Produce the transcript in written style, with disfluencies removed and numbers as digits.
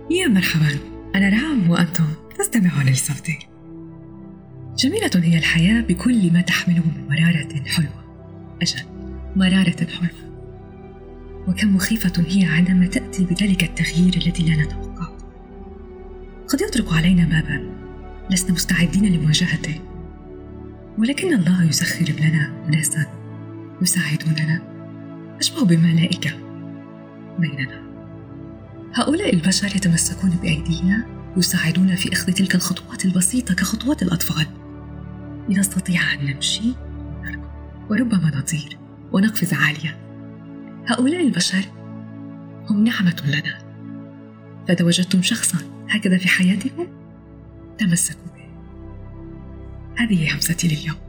يا مرحبا، أنا رام وأنتم تستمعون لصوتي. جميلة هي الحياة بكل ما تحمله من مرارة حلوة. أجل، مرارة حلوة. وكم مخيفة هي عندما تأتي بذلك التغيير الذي لا نتوقعه. قد يطرق علينا بابا لسنا مستعدين لمواجهته، ولكن الله يسخر لنا أناسا يساعدوننا أشبه بملائكة بيننا. هؤلاء البشر يتمسكون بأيدينا، يساعدون في أخذ تلك الخطوات البسيطة كخطوات الأطفال، لنستطيع أن نمشي ونركض وربما نطير ونقفز عالية. هؤلاء البشر هم نعمة لنا، فإذا وجدتم شخصا هكذا في حياتكم تمسكوا به. هذه همستي لليوم.